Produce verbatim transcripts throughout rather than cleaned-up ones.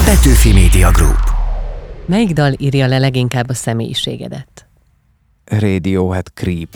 Petőfi Media Group. Melyik dal írja le leginkább a személyiségedet? Radiohead Creep.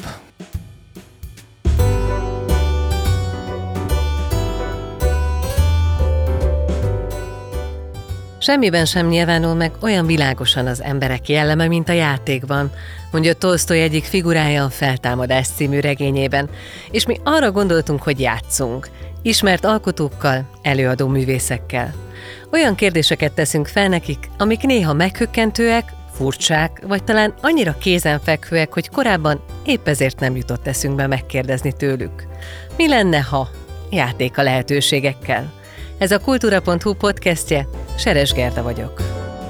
Semmiben sem nyilvánul meg olyan világosan az emberek jelleme, mint a játékban, mondja Tolsztoj egyik figurája a Feltámadás című regényében, és mi arra gondoltunk, hogy játszunk, ismert alkotókkal, előadó művészekkel. Olyan kérdéseket teszünk fel nekik, amik néha meghökkentőek, furcsák, vagy talán annyira kézenfekvőek, hogy korábban épp ezért nem jutott eszünkbe megkérdezni tőlük. Mi lenne, ha? Játék a lehetőségekkel. Ez a kultúra pont hu podcastje, Seres Gerda vagyok.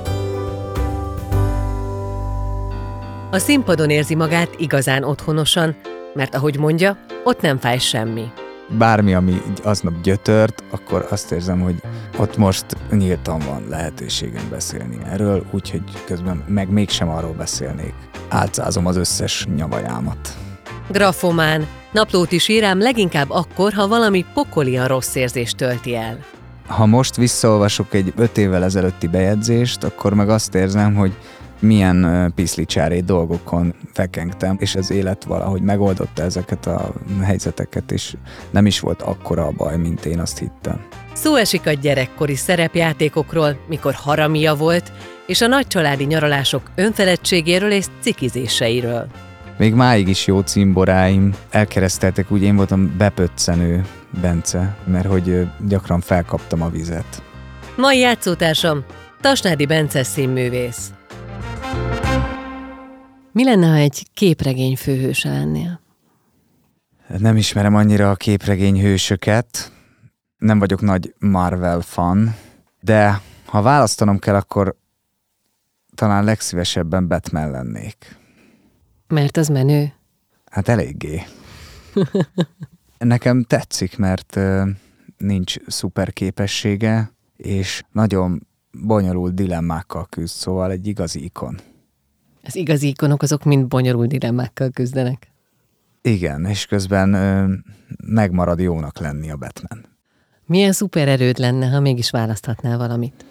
A színpadon érzi magát igazán otthonosan, mert ahogy mondja, ott nem fáj semmi. Bármi, ami így aznap gyötört, akkor azt érzem, hogy ott most nyíltan van lehetőségem beszélni erről, úgyhogy közben meg mégsem arról beszélnék. Álcázom az összes nyavajámat. Grafomán, naplót is ír, ám leginkább akkor, ha valami pokolian rossz érzést tölti el. Ha most visszaolvasok egy öt évvel ezelőtti bejegyzést, akkor meg azt érzem, hogy milyen uh, piszlicsári dolgokon fekengtem, és az élet valahogy megoldotta ezeket a helyzeteket, és nem is volt akkora a baj, mint én azt hittem. Szó esik a gyerekkori szerepjátékokról, mikor haramia volt, és a nagycsaládi nyaralások önfeledtségéről és cikizéseiről. Még máig is jó cimboráim elkereszteltek, úgy én voltam Bepöccenő Bence, mert hogy gyakran felkaptam a vizet. Mai játszótársam Tasnádi Bence színművész. Mi lenne, ha egy képregény főhőse lennél? Nem ismerem annyira a képregény hősöket, nem vagyok nagy Marvel fan, de ha választanom kell, akkor talán legszívesebben Batman lennék. Mert az menő? Hát eléggé. Nekem tetszik, mert uh, nincs szuper képessége, és nagyon bonyolult dilemmákkal küzd, szóval egy igazi ikon. Az igazi ikonok azok mind bonyolult dilemmákkal küzdenek. Igen, és közben uh, megmarad jónak lenni a Batman. Milyen szupererőd lenne, ha mégis választhatnál valamit?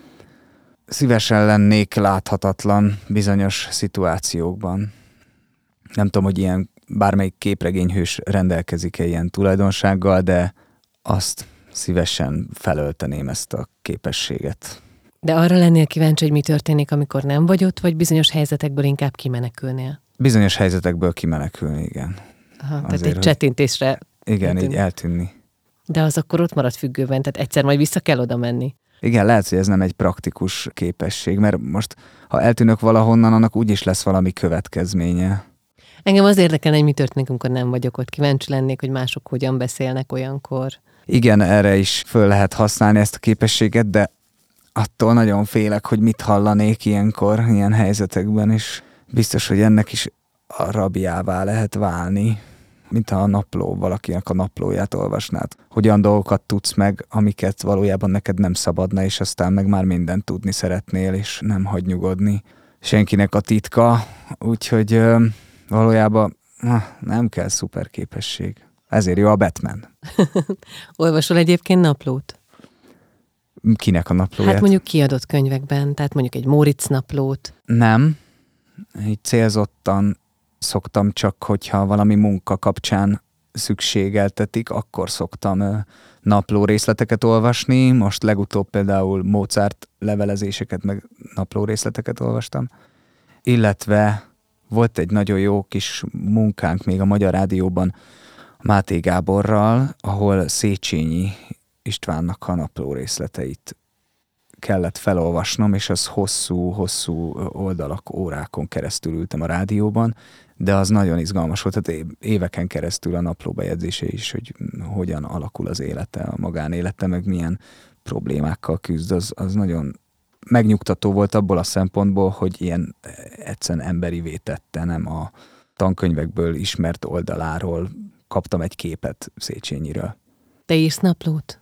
Szívesen lennék láthatatlan bizonyos szituációkban. Nem tudom, hogy ilyen bármelyik képregényhős rendelkezik-e ilyen tulajdonsággal, de azt szívesen felölteném ezt a képességet. De arra lennél kíváncsi, hogy mi történik, amikor nem vagy ott, vagy bizonyos helyzetekből inkább kimenekülnél? Bizonyos helyzetekből kimenekülni, igen. Aha, Azért, tehát egy csettintésre... Igen, eltűnni. így eltűnni. De az akkor ott marad függőben, tehát egyszer majd vissza kell oda menni. Igen, lehet, hogy ez nem egy praktikus képesség, mert most, ha eltűnök valahonnan, annak úgyis lesz valami következménye. Engem az érdekel, hogy mi történik, amikor nem vagyok ott. Kíváncsi lennék, hogy mások hogyan beszélnek olyankor. Igen, erre is föl lehet használni ezt a képességet, de attól nagyon félek, hogy mit hallanék ilyenkor, ilyen helyzetekben, és biztos, hogy ennek is a rabjává lehet válni, mint ha a napló, valakinek a naplóját olvasnád. Hogyan dolgokat tudsz meg, amiket valójában neked nem szabadna, és aztán meg már mindent tudni szeretnél, és nem hagy nyugodni. Senkinek a titka, úgyhogy... Valójában nem kell szuper képesség. Ezért jó a Batman. Olvasol egyébként naplót? Kinek a naplóját? Hát mondjuk kiadott könyvekben, tehát mondjuk egy Móricz naplót. Nem. Így célzottan szoktam, csak hogyha valami munka kapcsán szükségeltetik, akkor szoktam napló részleteket olvasni. Most legutóbb például Mozart levelezéseket, meg napló részleteket olvastam. Illetve volt egy nagyon jó kis munkánk még a Magyar Rádióban Máté Gáborral, ahol Széchenyi Istvánnak a napló részleteit kellett felolvasnom, és az hosszú-hosszú oldalak, órákon keresztül ültem a rádióban, de az nagyon izgalmas volt, tehát éveken keresztül a naplóbejegyzése is, hogy hogyan alakul az élete, a magánélete, meg milyen problémákkal küzd, az, az nagyon megnyugtató volt abból a szempontból, hogy ilyen egyszerűen emberivé tette, nem a tankönyvekből ismert oldaláról kaptam egy képet Széchenyiről. Te írsz naplót?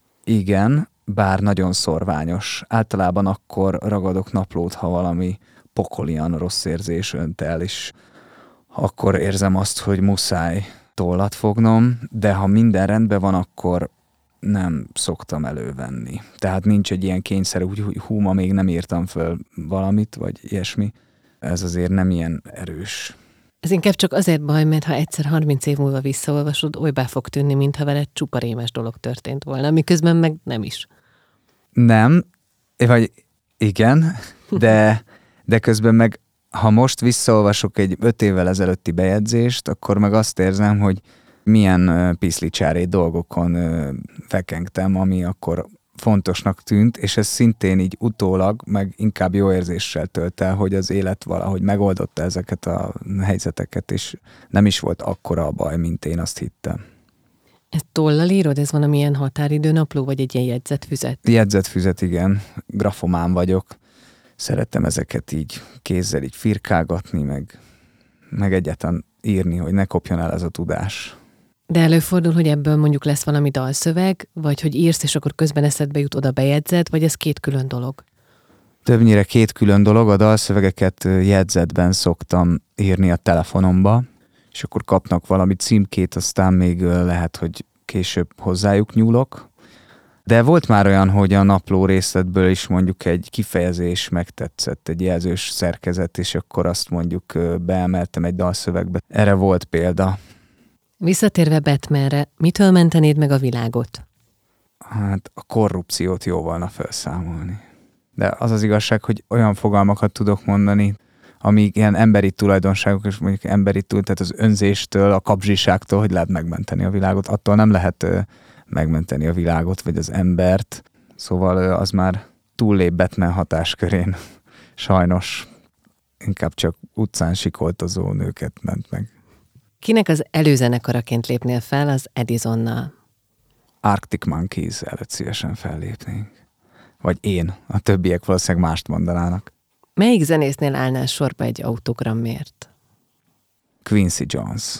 Igen, bár nagyon szorványos. Általában akkor ragadok naplót, ha valami pokolian rossz érzés önt el, és akkor érzem azt, hogy muszáj tollat fognom, de ha minden rendben van, akkor nem szoktam elővenni. Tehát nincs egy ilyen kényszer, hogy hú, ma még nem írtam föl valamit, vagy ilyesmi. Ez azért nem ilyen erős. Ez inkább csak azért baj, mert ha egyszer harminc év múlva visszaolvasod, olybá fog tűnni, mintha veled csupa rémes dolog történt volna, miközben meg nem is. Nem, vagy igen, de, de közben meg, ha most visszaolvasok egy öt évvel ezelőtti bejegyzést, akkor meg azt érzem, hogy milyen uh, piszlicsárét dolgokon uh, fekengtem, ami akkor fontosnak tűnt, és ez szintén így utólag, meg inkább jó érzéssel tölt el, hogy az élet valahogy megoldotta ezeket a helyzeteket, és nem is volt akkora a baj, mint én azt hittem. Ezt tollal írod? Ez valamilyen határidőnapló, vagy egy ilyen jegyzetfüzet? Jegyzetfüzet, igen. Grafomán vagyok. Szeretem ezeket így kézzel így firkálgatni, meg, meg egyáltalán írni, hogy ne kopjon el ez a tudás. De előfordul, hogy ebből mondjuk lesz valami dalszöveg, vagy hogy írsz, és akkor közben eszedbe jut oda bejegyzet, vagy ez két külön dolog? Többnyire két külön dolog. A dalszövegeket jegyzetben szoktam írni a telefonomba, és akkor kapnak valami címkét, aztán még lehet, hogy később hozzájuk nyúlok. De volt már olyan, hogy a napló részletből is mondjuk egy kifejezés megtetszett, egy jelzős szerkezet, és akkor azt mondjuk beemeltem egy dalszövegbe. Erre volt példa. Visszatérve Batmanre, mitől mentenéd meg a világot? Hát a korrupciót jó volna felszámolni. De az az igazság, hogy olyan fogalmakat tudok mondani, amíg ilyen emberi tulajdonságok, és mondjuk emberi túl, tehát az önzéstől, a kapzsiságtól, hogy lehet megmenteni a világot. Attól nem lehet ö, megmenteni a világot, vagy az embert. Szóval ö, az már túllép Batman hatáskörén. Sajnos inkább csak utcán sikoltozó nőket ment meg. Kinek az előzenekaraként lépnél fel az Edisonnal? Arctic Monkeys előtt szívesen fellépnénk. Vagy én. A többiek valószínűleg mást mondanának. Melyik zenésznél állnál sorba egy autogramért? Quincy Jones.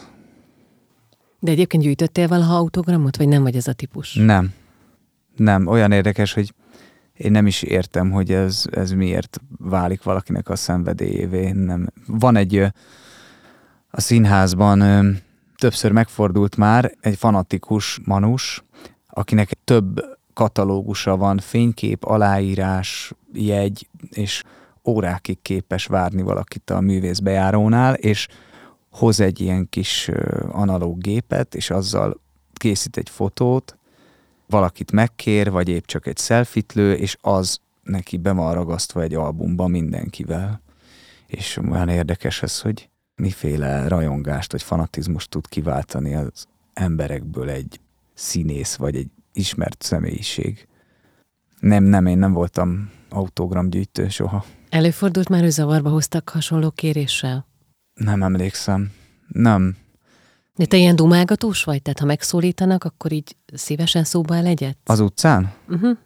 De egyébként gyűjtöttél valaha autogramot, vagy nem vagy ez a típus? Nem. Nem. Olyan érdekes, hogy én nem is értem, hogy ez, ez miért válik valakinek a szenvedélyévé. Nem. Van egy a színházban többször megfordult már egy fanatikus manus, akinek több katalógusa van, fénykép, aláírás, jegy, és órákig képes várni valakit a művészbejárónál, és hoz egy ilyen kis analóg gépet, és azzal készít egy fotót, valakit megkér, vagy épp csak egy selfitlő, és az neki be van ragasztva egy albumba mindenkivel. És olyan érdekes ez, hogy miféle rajongást vagy fanatizmust tud kiváltani az emberekből egy színész, vagy egy ismert személyiség. Nem, nem, én nem voltam autogramgyűjtő soha. Előfordult már, hogy zavarba hoztak hasonló kéréssel? Nem emlékszem. Nem. De te ilyen dumálgatós vagy? Tehát ha megszólítanak, akkor így szívesen szóba elegyedsz? Az utcán? Uh-huh.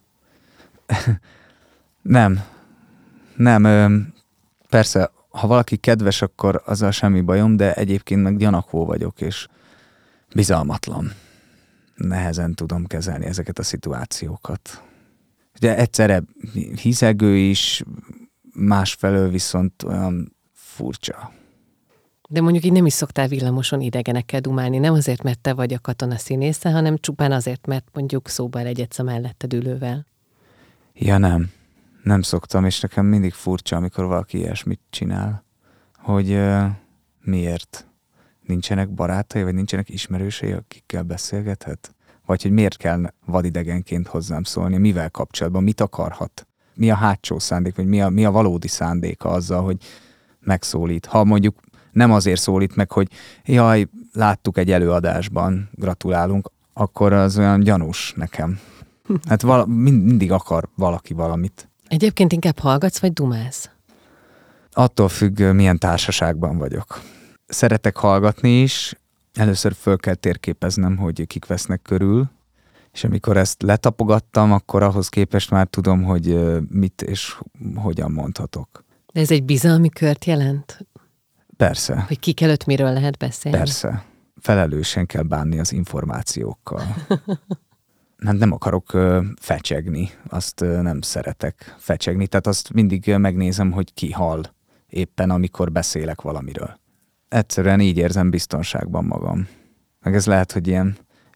Nem. Nem. Ö, persze, ha valaki kedves, akkor azzal semmi bajom, de egyébként meg gyanakvó vagyok, és bizalmatlan. Nehezen tudom kezelni ezeket a szituációkat. Ugye egyszerre hiszegő is, másfelől viszont olyan furcsa. De mondjuk így nem is szoktál villamoson idegenekkel dumálni, nem azért, mert te vagy a katona színésze, hanem csupán azért, mert mondjuk szóba elegyedsz a melletted ülővel. Ja nem, nem szoktam, és nekem mindig furcsa, amikor valaki ilyesmit csinál, hogy uh, miért nincsenek barátai, vagy nincsenek ismerősei, akikkel beszélgethet? Vagy hogy miért kell vadidegenként hozzám szólni, mivel kapcsolatban, mit akarhat? Mi a hátsó szándék, vagy mi a, mi a valódi szándéka azzal, hogy megszólít? Ha mondjuk nem azért szólít meg, hogy jaj, láttuk egy előadásban, gratulálunk, akkor az olyan gyanús nekem. Hát vala, mindig akar valaki valamit. Egyébként inkább hallgatsz, vagy dumálsz? Attól függ, milyen társaságban vagyok. Szeretek hallgatni is, először föl kell térképeznem, hogy kik vesznek körül, és amikor ezt letapogattam, akkor ahhoz képest már tudom, hogy mit és hogyan mondhatok. De ez egy bizalmi kört jelent? Persze. Hogy kik előtt miről lehet beszélni? Persze. Felelősen kell bánni az információkkal. Hát nem akarok ö, fecsegni, azt ö, nem szeretek fecsegni, tehát azt mindig ö, megnézem, hogy ki hall éppen, amikor beszélek valamiről. Egyszerűen így érzem biztonságban magam. Meg ez lehet, hogy ilyen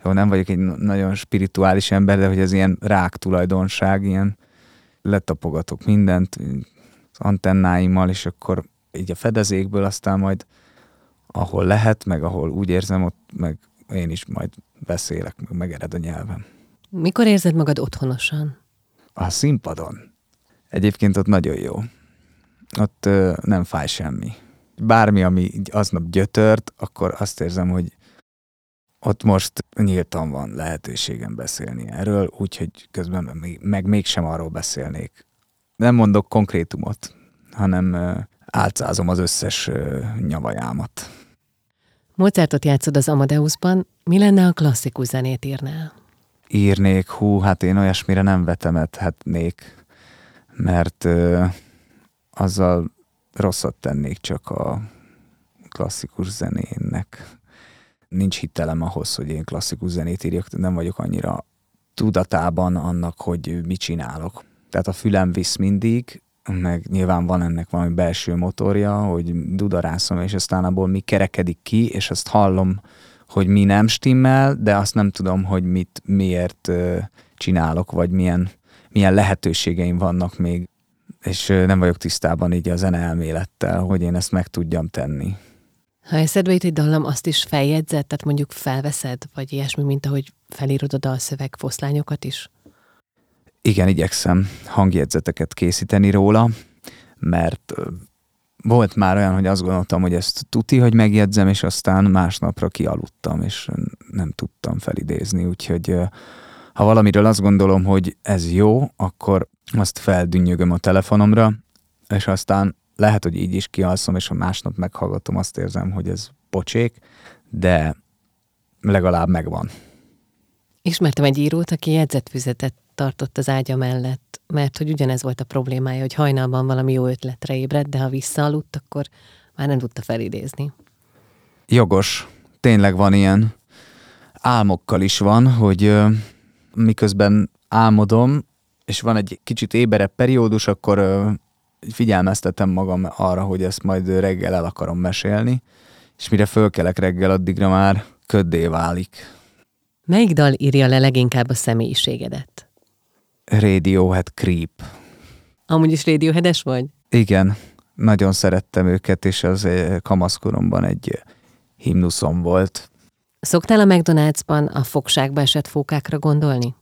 jó, nem vagyok egy nagyon spirituális ember, de hogy ez ilyen rák tulajdonság, ilyen letapogatok mindent az antennáimmal, és akkor így a fedezékből aztán majd ahol lehet, meg ahol úgy érzem, ott meg én is majd beszélek, meg megered a nyelvem. Mikor érzed magad otthonosan? A színpadon. Egyébként ott nagyon jó. Ott ö, nem fáj semmi. Bármi, ami aznap gyötört, akkor azt érzem, hogy ott most nyíltan van lehetőségem beszélni erről, úgyhogy közben meg, meg mégsem arról beszélnék. Nem mondok konkrétumot, hanem ö, álcázom az összes ö, nyavajámat. Mozartot játszod az Amadeusban, mi lenne, ha klasszikus zenét írnál? Írnék, hú, hát én olyasmire nem vetemethetnék, mert ö, azzal rosszat tennék csak a klasszikus zenének. Nincs hitelem ahhoz, hogy én klasszikus zenét írjak, nem vagyok annyira tudatában annak, hogy mit csinálok. Tehát a fülem visz mindig, meg nyilván van ennek valami belső motorja, hogy dudarászom, és aztán abból mi kerekedik ki, és azt hallom, hogy mi nem stimmel, de azt nem tudom, hogy mit, miért csinálok, vagy milyen, milyen lehetőségeim vannak még, és nem vagyok tisztában így a zeneelmélettel, hogy én ezt meg tudjam tenni. Ha eszedbe jut egy dallam, azt is feljegyzed, tehát mondjuk felveszed, vagy ilyesmi, mint ahogy felírod a dalszöveg foszlányokat is? Igen, igyekszem hangjegyzeteket készíteni róla, mert volt már olyan, hogy azt gondoltam, hogy ezt tuti, hogy megjegyzem, és aztán másnapra kialudtam, és nem tudtam felidézni, úgyhogy ha valamiről azt gondolom, hogy ez jó, akkor azt feldünnyögöm a telefonomra, és aztán lehet, hogy így is kialszom, és ha másnap meghallgatom, azt érzem, hogy ez pocsék, de legalább megvan. Ismertem egy írót, aki jegyzetfüzetet tartott az ágya mellett, mert hogy ugyanez volt a problémája, hogy hajnalban valami jó ötletre ébredt, de ha visszaaludt, akkor már nem tudta felidézni. Jogos. Tényleg van ilyen. Álmokkal is van, hogy ö, miközben álmodom, és van egy kicsit éberebb periódus, akkor ö, figyelmeztetem magam arra, hogy ezt majd reggel el akarom mesélni, és mire fölkelek reggel, addigra már köddé válik. Melyik dal írja le leginkább a személyiségedet? Radiohead Creep. Amúgy is Radioheades vagy? Igen, nagyon szerettem őket, és az kamaszkoromban egy himnuszom volt. Szoktál a McDonald'sban a fogságba esett fókákra gondolni?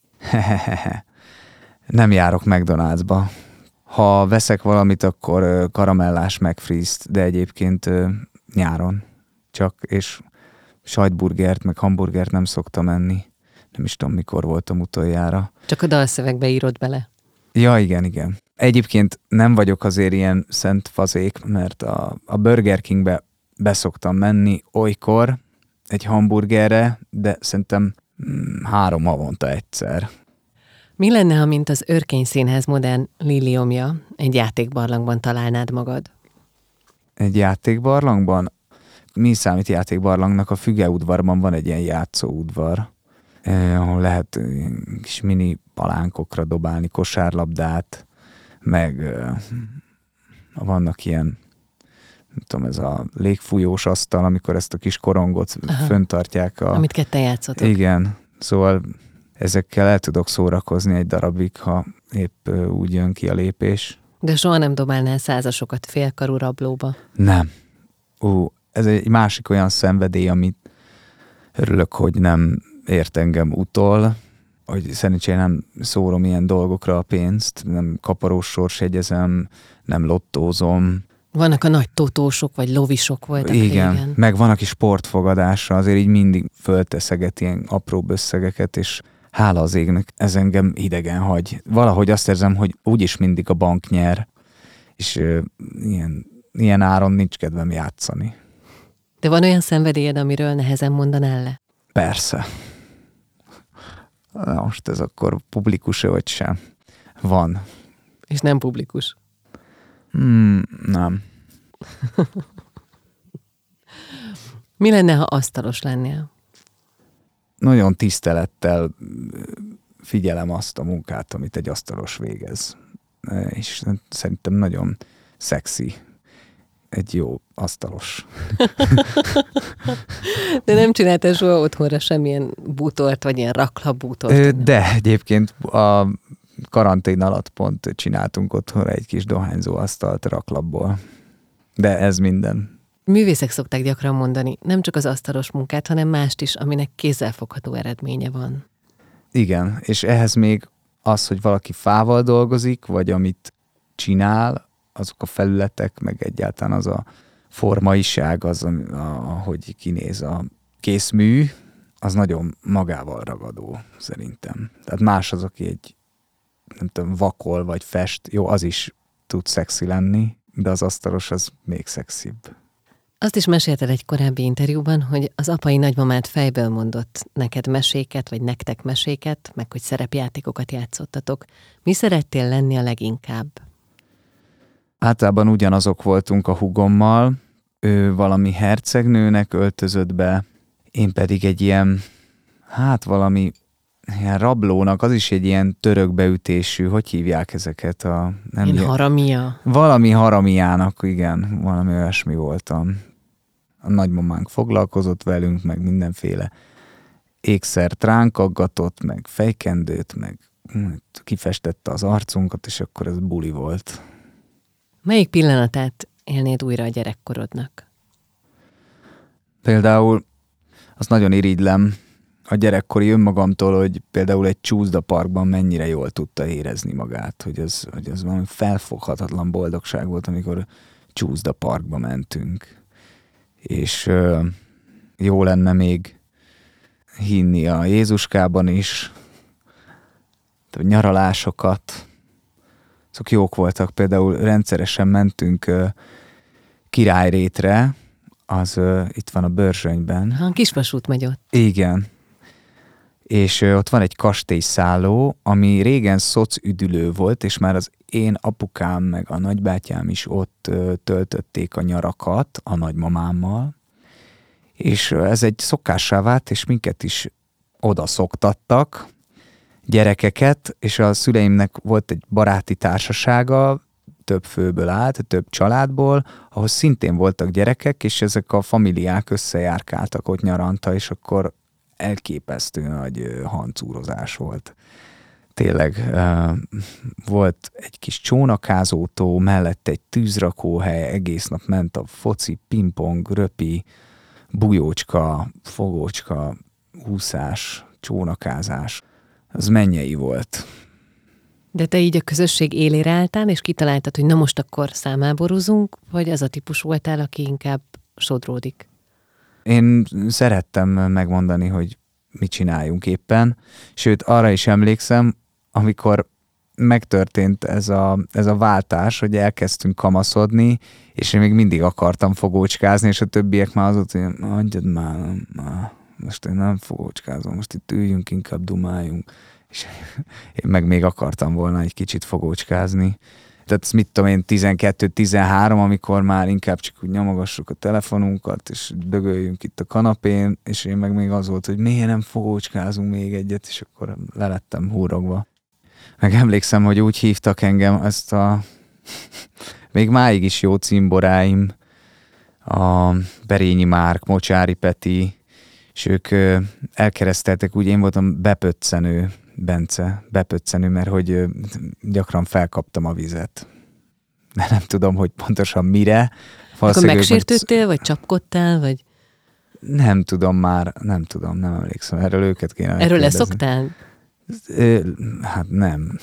Nem járok McDonald'sba. Ha veszek valamit, akkor karamellás McFreeze-t, de egyébként nyáron csak, és sajtburgert, meg hamburgert nem szoktam enni. Nem is tudom, mikor voltam utoljára. Csak a dalszövegbe írod bele. Ja, igen, igen. Egyébként nem vagyok azért ilyen szent fazék, mert a, a Burger Kingbe beszoktam menni olykor egy hamburgerre, de szerintem mm, három havonta egyszer. Mi lenne, ha mint az Örkény Színház modern liliomja egy játékbarlangban találnád magad? Egy játékbarlangban? Mi számít játékbarlangnak? A Fügeudvarban van egy ilyen játszóudvar, eh, ahol lehet kis mini palánkokra dobálni kosárlabdát, meg eh, vannak ilyen, nem tudom, ez a légfújós asztal, amikor ezt a kis korongot Aha. föntartják. A... Amit ketten játszotok. Igen, szóval ezekkel el tudok szórakozni egy darabig, ha épp úgy jön ki a lépés. De soha nem dobálnál százasokat félkarú rablóba? Nem. Ú, ez egy másik olyan szenvedély, amit örülök, hogy nem ért engem utol, hogy szerencsére nem szórom ilyen dolgokra a pénzt, nem kaparós sorsjegyezem, nem lottózom. Vannak a nagy totósok, vagy lovisok voltak igen, régen. Meg van, aki sportfogadásra, azért így mindig fölteszeget ilyen apró összegeket, és hála az égnek, ez engem hidegen hagy. Valahogy azt érzem, hogy úgyis mindig a bank nyer, és uh, ilyen, ilyen áron nincs kedvem játszani. De van olyan szenvedélyed, amiről nehezen mondanál le? Persze. Na most ez akkor publikus-e vagy sem? Van. És nem publikus? Hmm, nem. Mi lenne, ha asztalos lennél? Nagyon tisztelettel figyelem azt a munkát, amit egy asztalos végez. És szerintem nagyon szexi egy jó asztalos. De nem csináltál soha otthonra semmilyen bútort, vagy ilyen raklapbútort? De egyébként a karantén alatt pont csináltunk otthonra egy kis dohányzó asztalt raklapból. De ez minden. Művészek szokták gyakran mondani, nem csak az asztalos munkát, hanem mást is, aminek kézzelfogható eredménye van. Igen, és ehhez még az, hogy valaki fával dolgozik, vagy amit csinál, azok a felületek, meg egyáltalán az a formaiság, az, ahogy kinéz a készmű, az nagyon magával ragadó, szerintem. Tehát más az, aki egy, nem tudom, vakol, vagy fest, jó, az is tud szexi lenni, de az asztalos az még szexibb. Azt is mesélted egy korábbi interjúban, hogy az apai nagymamát fejből mondott neked meséket, vagy nektek meséket, meg hogy szerepjátékokat játszottatok. Mi szerettél lenni a leginkább? Általában ugyanazok voltunk a húgommal, ő valami hercegnőnek öltözött be, én pedig egy ilyen, hát valami ilyen rablónak, az is egy ilyen török beütésű, hogy hívják ezeket a... Nem Én ilyen, haramia. Valami haramiának, igen, valami olyasmi voltam. A nagymamánk foglalkozott velünk, meg mindenféle ékszert ránk aggatott, meg fejkendőt, meg kifestette az arcunkat, és akkor ez buli volt. Melyik pillanatát élnéd újra a gyerekkorodnak? Például azt nagyon irigylem a gyerekkori önmagamtól, hogy például egy csúszdaparkban mennyire jól tudta érezni magát, hogy ez, hogy ez valami felfoghatatlan boldogság volt, amikor csúszdaparkba mentünk. És ö, jó lenne még hinni a Jézuskában is, a nyaralásokat. Azok jók voltak, például rendszeresen mentünk ö, Királyrétre, az ö, itt van a Börzsönyben. Ha, a kisvasút megy ott. Igen. És ö, ott van egy kastélyszálló, ami régen szocüdülő volt, és már az én apukám meg a nagybátyám is ott ö, töltötték a nyarakat a nagymamámmal, és ö, ez egy szokássá vált, és minket is oda szoktattak, gyerekeket, és a szüleimnek volt egy baráti társasága, több főből állt, több családból, ahol szintén voltak gyerekek, és ezek a familiák összejárkáltak ott nyaranta, és akkor elképesztő nagy hancúrozás volt. Tényleg uh, volt egy kis csónakázótó, mellett egy tűzrakóhely, egész nap ment a foci, pingpong, röpi, bujócska, fogócska, úszás, csónakázás. Az mennyei volt. De te így a közösség élére álltál, és kitaláltad, hogy na most akkor számáborúzunk, vagy az a típus voltál, aki inkább sodródik? Én szerettem megmondani, hogy mit csináljunk éppen, sőt arra is emlékszem, amikor megtörtént ez a, ez a váltás, hogy elkezdtünk kamaszodni, és én még mindig akartam fogócskázni, és a többiek már azok, hogy adjad már, már, most én nem fogócskázom, most itt üljünk, inkább dumáljunk. És én meg még akartam volna egy kicsit fogócskázni. Tehát mit tudom én, tizenkettő tizenhárom, amikor már inkább csak úgy nyomogassuk a telefonunkat, és dögöljünk itt a kanapén, és én meg még az volt, hogy miért nem fogócskázunk még egyet, és akkor lelettem húrogva. Meg emlékszem, hogy úgy hívtak engem ezt a még máig is jó cimboráim, a Berényi Márk, Mocsári Peti, és ők elkereszteltek, úgy én voltam Bepöccenő Bence, Bepöccenő, mert hogy gyakran felkaptam a vizet. De nem tudom, hogy pontosan mire. Akkor megsértődtél, vagy csapkodtál, vagy? Nem tudom már, nem tudom, nem emlékszem. Erről őket kéne Erről leszoktál? Hát nem.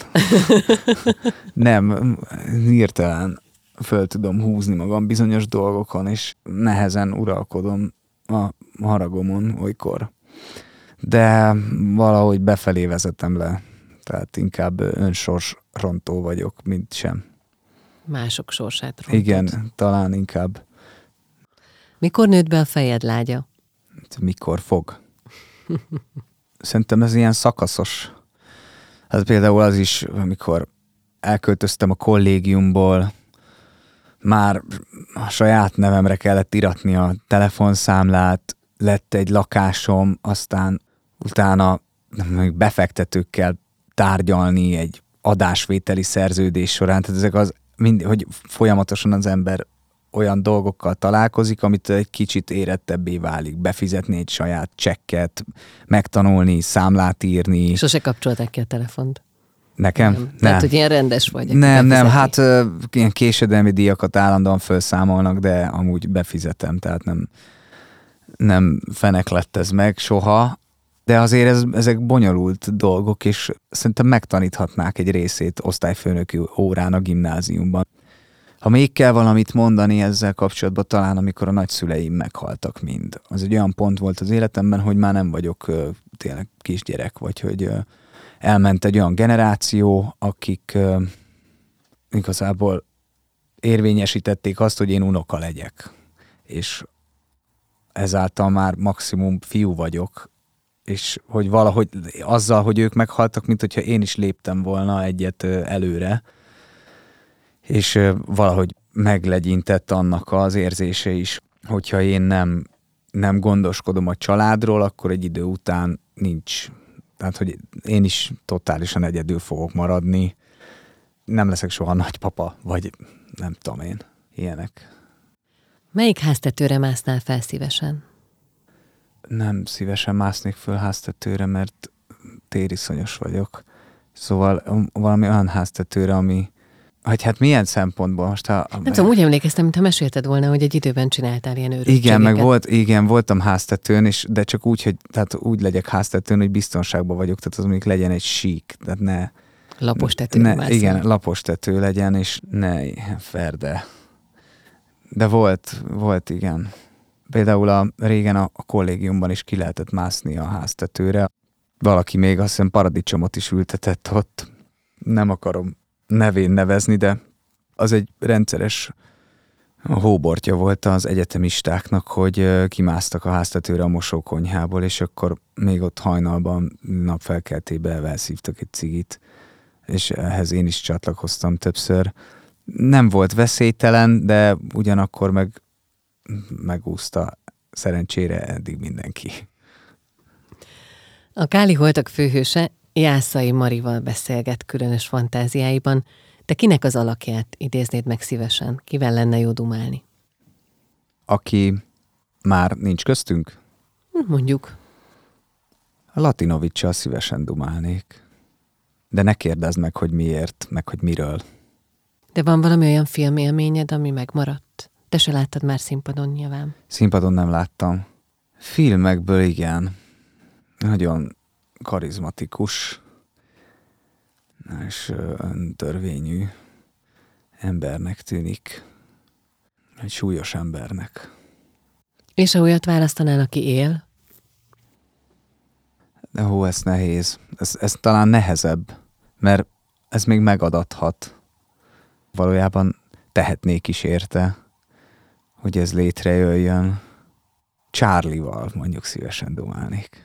Nem, hirtelen föl tudom húzni magam bizonyos dolgokon, és nehezen uralkodom a haragomon olykor. De valahogy befelé vezetem le. Tehát inkább önsorsrontó vagyok, mint sem. Mások sorsát rontod. Igen, talán inkább. Mikor nőtt be a fejed lágya? Mikor fog? Szerintem ez ilyen szakaszos. Hát például az is, amikor elköltöztem a kollégiumból, már a saját nevemre kellett iratni a telefonszámlát, lett egy lakásom, aztán utána befektetőkkel tárgyalni egy adásvételi szerződés során, tehát ezek az, mind, hogy folyamatosan az ember olyan dolgokkal találkozik, amit egy kicsit érettebbé válik. Befizetni egy saját csekket, megtanulni, számlát írni. Sose kapcsolták ki a telefont? Nekem? Nem. Nem. Tehát, hogy ilyen rendes vagy? Nem, nem, hát uh, ilyen késedelmi díjakat állandóan felszámolnak, de amúgy befizetem, tehát nem, nem fenek lett ez meg soha. De azért ez, ezek bonyolult dolgok, és szerintem megtaníthatnák egy részét osztályfőnöki órán a gimnáziumban. Ha még kell valamit mondani ezzel kapcsolatban, talán amikor a nagyszüleim meghaltak mind. Az egy olyan pont volt az életemben, hogy már nem vagyok uh, tényleg kisgyerek, vagy hogy uh, elment egy olyan generáció, akik uh, igazából érvényesítették azt, hogy én unoka legyek. És ezáltal már maximum fiú vagyok, és hogy valahogy azzal, hogy ők meghaltak, mint hogyha én is léptem volna egyet előre, és valahogy meglegyintett annak az érzése is, hogyha én nem, nem gondoskodom a családról, akkor egy idő után nincs. Tehát, hogy én is totálisan egyedül fogok maradni. Nem leszek soha nagypapa, vagy nem tudom én, ilyenek. Melyik háztetőre másznál fel szívesen? Nem szívesen másznék föl háztetőre, mert tériszonyos vagyok. Szóval valami olyan háztetőre, ami... Hogy hát milyen szempontból most? Ha, nem tudom, úgy emlékeztem, mintha mesélted volna, hogy egy időben csináltál ilyen őrültségeket. Igen, meg volt, igen, voltam háztetőn, és, de csak úgy, hogy tehát úgy legyek háztetőn, hogy biztonságban vagyok, tehát az mondjuk legyen egy sík, tehát ne... Lapos tető. Ne, igen, lapos tető legyen, és ne ferde. De volt, volt, igen. Például a, régen a, a kollégiumban is ki lehetett mászni a háztetőre. Valaki még azt hiszem paradicsomot is ültetett ott. Nem akarom nevén nevezni, de az egy rendszeres hóbortja volt az egyetemistáknak, hogy kimásztak a háztetőre a mosókonyhából, és akkor még ott hajnalban napfelkeltébe elszívtak egy cigit, és ehhez én is csatlakoztam többször. Nem volt veszélytelen, de ugyanakkor meg megúszta szerencsére eddig mindenki. A Káli holtak főhőse Jászai Marival beszélget különös fantáziáiban. Te kinek az alakját idéznéd meg szívesen? Kivel lenne jó dumálni? Aki már nincs köztünk? Mondjuk. A Latinovics-sal szívesen dumálnék. De ne kérdezd meg, hogy miért, meg hogy miről. De van valami olyan filmélményed, ami megmaradt? Te se láttad már színpadon nyilván. Színpadon nem láttam. Filmekből igen. Nagyon karizmatikus és öntörvényű embernek tűnik. Egy súlyos embernek. És ha olyat választanál, aki él? De hó, ez nehéz. Ez, ez talán nehezebb, mert ez még megadathat. Valójában tehetnék is érte, hogy ez létrejöjjön. Charlie-val mondjuk szívesen dumálnék.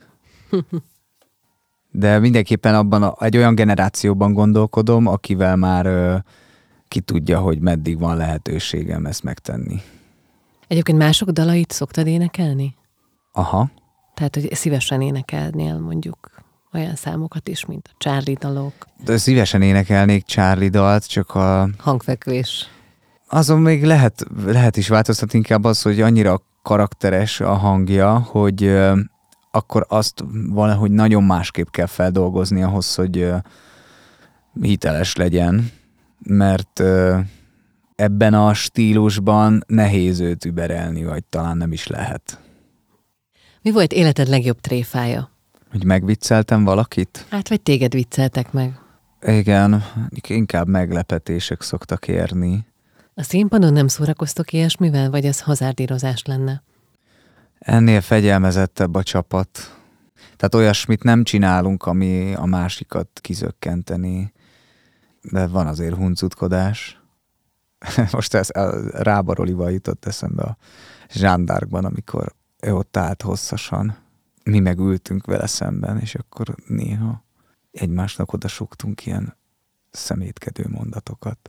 De mindenképpen abban a, egy olyan generációban gondolkodom, akivel már ö, ki tudja, hogy meddig van lehetőségem ezt megtenni. Egyébként mások dalait szoktad énekelni? Aha. Tehát, hogy szívesen énekelnél mondjuk olyan számokat is, mint a Charlie dalok. De szívesen énekelnék Charlie dalt, csak a... Hangfekvés. Azon még lehet, lehet is változtatni, inkább az, hogy annyira karakteres a hangja, hogy ö, akkor azt valahogy nagyon másképp kell feldolgozni ahhoz, hogy ö, hiteles legyen, mert ö, ebben a stílusban nehéz őt überelni, vagy talán nem is lehet. Mi volt életed legjobb tréfája? Hogy megvicceltem valakit? Hát, vagy téged vicceltek meg? Igen, inkább meglepetések szoktak érni. A színpadon nem szórakoztok ilyesmivel, vagy ez hazárdírozás lenne? Ennél fegyelmezettebb a csapat. Tehát olyasmit nem csinálunk, ami a másikat kizökkenteni. De van azért huncutkodás. Most ez a Rába Rolival jutott eszembe a Zsándárkban, amikor ő ott állt hosszasan. Mi meg ültünk vele szemben, és akkor néha egymásnak odasugtunk ilyen szemétkedő mondatokat.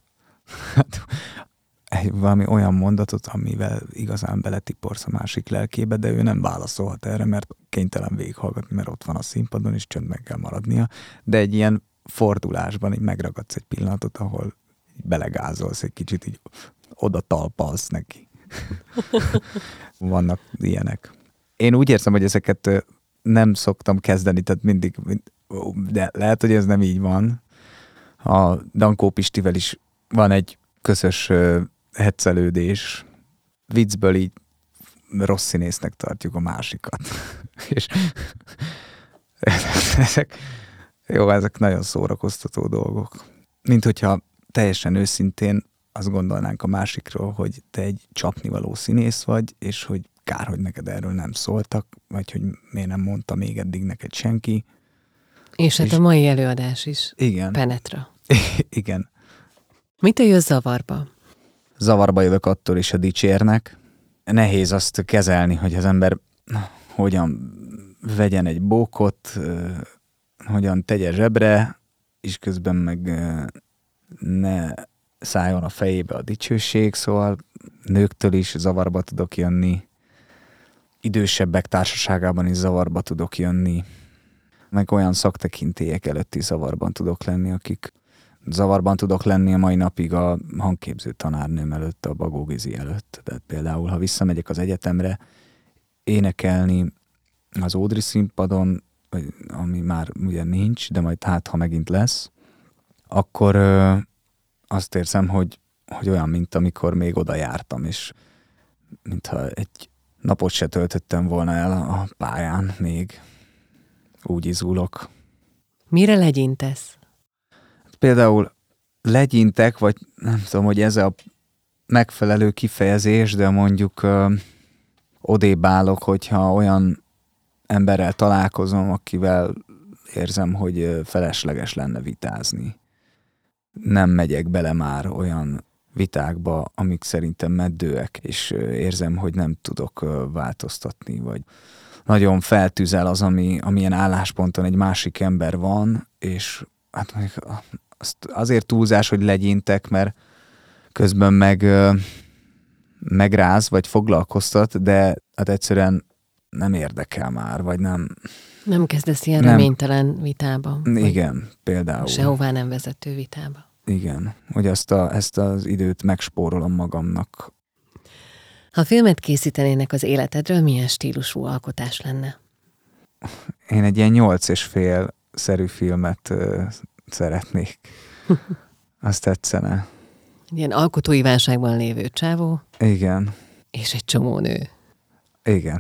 Egy valami olyan mondatot, amivel igazán beletiporsz a másik lelkébe, de ő nem válaszolhat erre, mert kénytelen végighallgatni, mert ott van a színpadon, és csöndben kell maradnia. De egy ilyen fordulásban így megragadsz egy pillanatot, ahol belegázolsz egy kicsit, így oda talpalsz neki. Vannak ilyenek. Én úgy érzem, hogy ezeket nem szoktam kezdeni, tehát mindig, de lehet, hogy ez nem így van. A Dankó Pistivel is van egy közös heccelődés. Viccből így rossz színésznek tartjuk a másikat. És ezek, jó, ezek nagyon szórakoztató dolgok. Mint hogyha teljesen őszintén azt gondolnánk a másikról, hogy te egy csapnivaló színész vagy, és hogy kár, hogy neked erről nem szóltak, vagy hogy miért nem mondta még eddig neked senki. És hát és a mai előadás is igen. penetra. Igen. Mitől jössz zavarba? Zavarba jövök attól is, a dicsérnek. Nehéz azt kezelni, hogy az ember hogyan vegyen egy bókot, hogyan tegye zsebre, és közben meg ne szálljon a fejébe a dicsőség, szóval nőktől is zavarba tudok jönni, idősebbek társaságában is zavarba tudok jönni, meg olyan szaktekintélyek előtt is zavarban tudok lenni, akik zavarban tudok lenni a mai napig a hangképző tanárnőm előtt, a Bagó Gizi előtt. Tehát például, ha visszamegyek az egyetemre énekelni az Ódri színpadon, ami már ugye nincs, de majd hát, ha megint lesz, akkor ö, azt érzem, hogy, hogy olyan, mint amikor még oda jártam, és mintha egy napot se töltöttem volna el a pályán még. Úgy izgulok. Mire legyintesz? Például legyintek, vagy nem tudom, hogy ez a megfelelő kifejezés, de mondjuk ö, odébb állok, hogyha olyan emberrel találkozom, akivel érzem, hogy felesleges lenne vitázni. Nem megyek bele már olyan vitákba, amik szerintem meddőek, és érzem, hogy nem tudok változtatni, vagy nagyon feltűzel az, ami, amilyen állásponton egy másik ember van, és hát azt azért túlzás, hogy legyintek, mert közben meg megráz, vagy foglalkoztat, de hát egyszerűen nem érdekel már, vagy nem... Nem kezdesz ilyen nem. reménytelen vitába. Igen, például. Sehová nem vezető vitába. Igen, hogy ezt, a, ezt az időt megspórolom magamnak. Ha filmet készítenének az életedről, milyen stílusú alkotás lenne? Én egy ilyen nyolc és fél szerű filmet uh, szeretnék. Azt tetszene. Ilyen alkotói válságban lévő csávó. Igen. És egy csomó nő. Igen.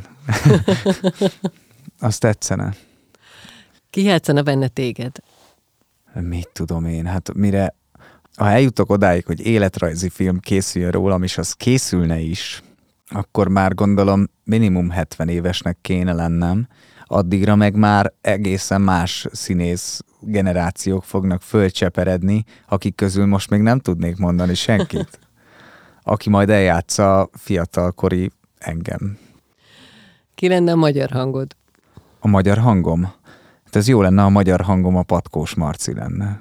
Azt tetszene. Ki játszana benne téged? Mit tudom én, hát mire, ha eljutok odáig, hogy életrajzi film készüljön rólam, és az készülne is, akkor már gondolom minimum hetven évesnek kéne lennem, addigra meg már egészen más színész generációk fognak fölcseperedni, akik közül most még nem tudnék mondani senkit. Aki majd eljátsza fiatalkori engem. Ki lenne a magyar hangod? A magyar hangom? Hát ez jó lenne, a magyar hangom a Patkós Marci lenne.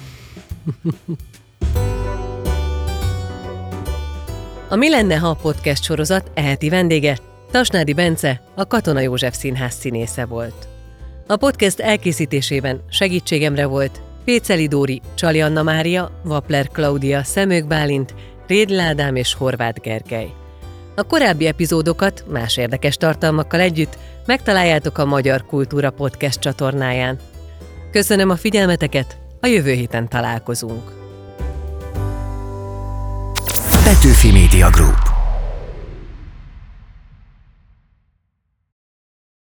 A Mi lenne, ha a podcast sorozat eheti vendége Tasnádi Bence, a Katona József Színház színésze volt. A podcast elkészítésében segítségemre volt Péceli Dóri, Csali Anna Mária, Vapler Klaudia, Szemők Bálint, Rédl Ádám és Horváth Gergely. A korábbi epizódokat más érdekes tartalmakkal együtt megtaláljátok a Magyar Kultúra Podcast csatornáján. Köszönöm a figyelmeteket, a jövő héten találkozunk. Petőfi Media Group.